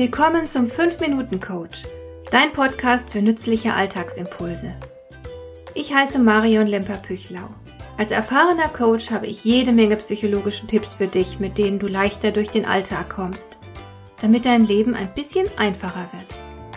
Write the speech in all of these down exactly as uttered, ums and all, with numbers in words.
Willkommen zum fünf Minuten Coach, dein Podcast für nützliche Alltagsimpulse. Ich heiße Marion Lemper-Püchlau. Als erfahrener Coach habe ich jede Menge psychologische Tipps für dich, mit denen du leichter durch den Alltag kommst, damit dein Leben ein bisschen einfacher wird.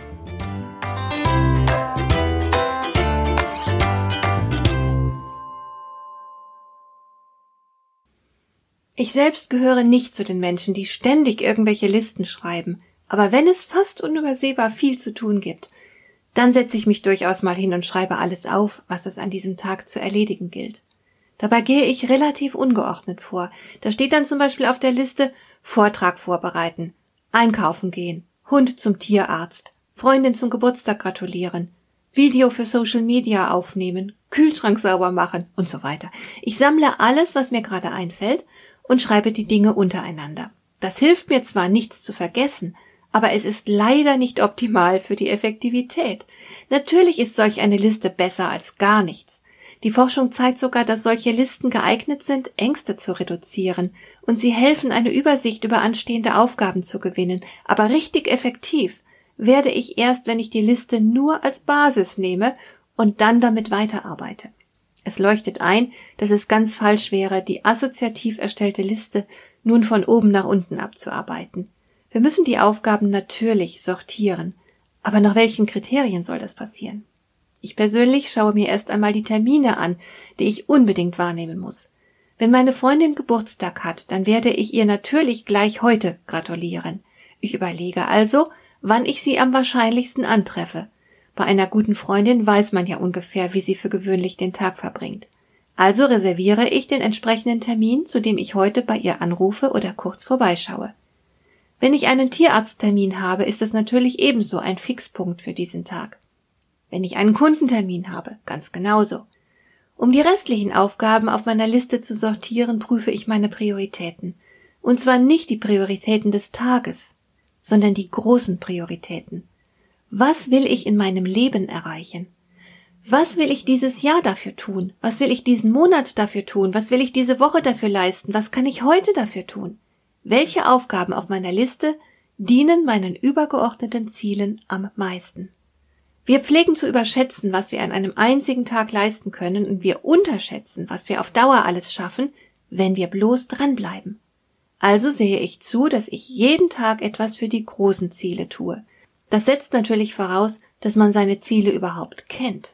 Ich selbst gehöre nicht zu den Menschen, die ständig irgendwelche Listen schreiben, aber wenn es fast unübersehbar viel zu tun gibt, dann setze ich mich durchaus mal hin und schreibe alles auf, was es an diesem Tag zu erledigen gilt. Dabei gehe ich relativ ungeordnet vor. Da steht dann zum Beispiel auf der Liste Vortrag vorbereiten, einkaufen gehen, Hund zum Tierarzt, Freundin zum Geburtstag gratulieren, Video für Social Media aufnehmen, Kühlschrank sauber machen und so weiter. Ich sammle alles, was mir gerade einfällt und schreibe die Dinge untereinander. Das hilft mir zwar, nichts zu vergessen, aber es ist leider nicht optimal für die Effektivität. Natürlich ist solch eine Liste besser als gar nichts. Die Forschung zeigt sogar, dass solche Listen geeignet sind, Ängste zu reduzieren, und sie helfen, eine Übersicht über anstehende Aufgaben zu gewinnen. Aber richtig effektiv werde ich erst, wenn ich die Liste nur als Basis nehme und dann damit weiterarbeite. Es leuchtet ein, dass es ganz falsch wäre, die assoziativ erstellte Liste nun von oben nach unten abzuarbeiten. Wir müssen die Aufgaben natürlich sortieren, aber nach welchen Kriterien soll das passieren? Ich persönlich schaue mir erst einmal die Termine an, die ich unbedingt wahrnehmen muss. Wenn meine Freundin Geburtstag hat, dann werde ich ihr natürlich gleich heute gratulieren. Ich überlege also, wann ich sie am wahrscheinlichsten antreffe. Bei einer guten Freundin weiß man ja ungefähr, wie sie für gewöhnlich den Tag verbringt. Also reserviere ich den entsprechenden Termin, zu dem ich heute bei ihr anrufe oder kurz vorbeischaue. Wenn ich einen Tierarzttermin habe, ist es natürlich ebenso ein Fixpunkt für diesen Tag. Wenn ich einen Kundentermin habe, ganz genauso. Um die restlichen Aufgaben auf meiner Liste zu sortieren, prüfe ich meine Prioritäten. Und zwar nicht die Prioritäten des Tages, sondern die großen Prioritäten. Was will ich in meinem Leben erreichen? Was will ich dieses Jahr dafür tun? Was will ich diesen Monat dafür tun? Was will ich diese Woche dafür leisten? Was kann ich heute dafür tun? Welche Aufgaben auf meiner Liste dienen meinen übergeordneten Zielen am meisten? Wir pflegen zu überschätzen, was wir an einem einzigen Tag leisten können, und wir unterschätzen, was wir auf Dauer alles schaffen, wenn wir bloß dranbleiben. Also sehe ich zu, dass ich jeden Tag etwas für die großen Ziele tue. Das setzt natürlich voraus, dass man seine Ziele überhaupt kennt.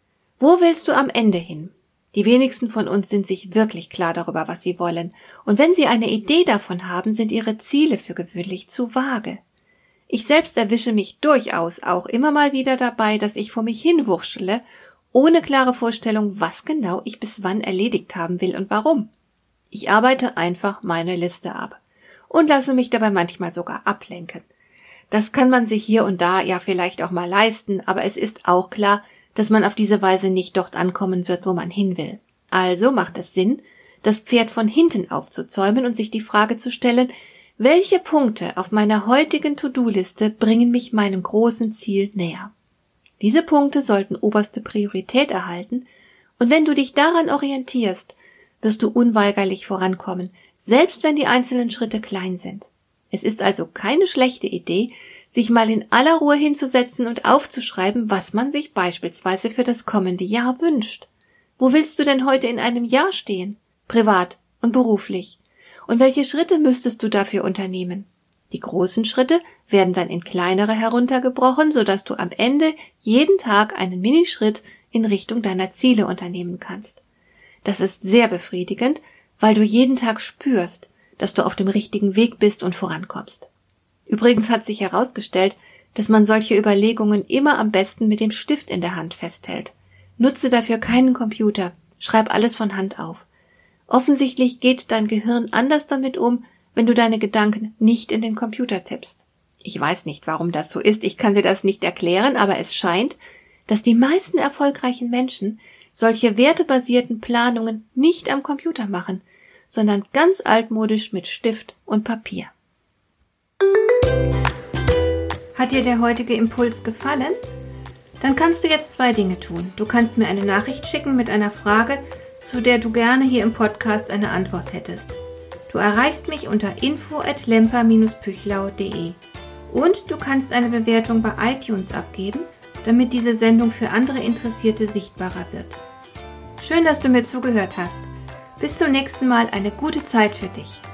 Wo willst du am Ende hin? Die wenigsten von uns sind sich wirklich klar darüber, was sie wollen. Und wenn sie eine Idee davon haben, sind ihre Ziele für gewöhnlich zu vage. Ich selbst erwische mich durchaus auch immer mal wieder dabei, dass ich vor mich hinwurschtle, ohne klare Vorstellung, was genau ich bis wann erledigt haben will und warum. Ich arbeite einfach meine Liste ab und lasse mich dabei manchmal sogar ablenken. Das kann man sich hier und da ja vielleicht auch mal leisten, aber es ist auch klar, dass man auf diese Weise nicht dort ankommen wird, wo man hin will. Also macht es Sinn, das Pferd von hinten aufzuzäumen und sich die Frage zu stellen, welche Punkte auf meiner heutigen To-Do-Liste bringen mich meinem großen Ziel näher? Diese Punkte sollten oberste Priorität erhalten, und wenn du dich daran orientierst, wirst du unweigerlich vorankommen, selbst wenn die einzelnen Schritte klein sind. Es ist also keine schlechte Idee, sich mal in aller Ruhe hinzusetzen und aufzuschreiben, was man sich beispielsweise für das kommende Jahr wünscht. Wo willst du denn heute in einem Jahr stehen? Privat und beruflich. Und welche Schritte müsstest du dafür unternehmen? Die großen Schritte werden dann in kleinere heruntergebrochen, sodass du am Ende jeden Tag einen Minischritt in Richtung deiner Ziele unternehmen kannst. Das ist sehr befriedigend, weil du jeden Tag spürst, dass du auf dem richtigen Weg bist und vorankommst. Übrigens hat sich herausgestellt, dass man solche Überlegungen immer am besten mit dem Stift in der Hand festhält. Nutze dafür keinen Computer, schreib alles von Hand auf. Offensichtlich geht dein Gehirn anders damit um, wenn du deine Gedanken nicht in den Computer tippst. Ich weiß nicht, warum das so ist, ich kann dir das nicht erklären, aber es scheint, dass die meisten erfolgreichen Menschen solche wertebasierten Planungen nicht am Computer machen, sondern ganz altmodisch mit Stift und Papier. Hat dir der heutige Impuls gefallen? Dann kannst du jetzt zwei Dinge tun. Du kannst mir eine Nachricht schicken mit einer Frage, zu der du gerne hier im Podcast eine Antwort hättest. Du erreichst mich unter info at lemper dash püchlau punkt de. Und du kannst eine Bewertung bei iTunes abgeben, damit diese Sendung für andere Interessierte sichtbarer wird. Schön, dass du mir zugehört hast. Bis zum nächsten Mal, eine gute Zeit für dich.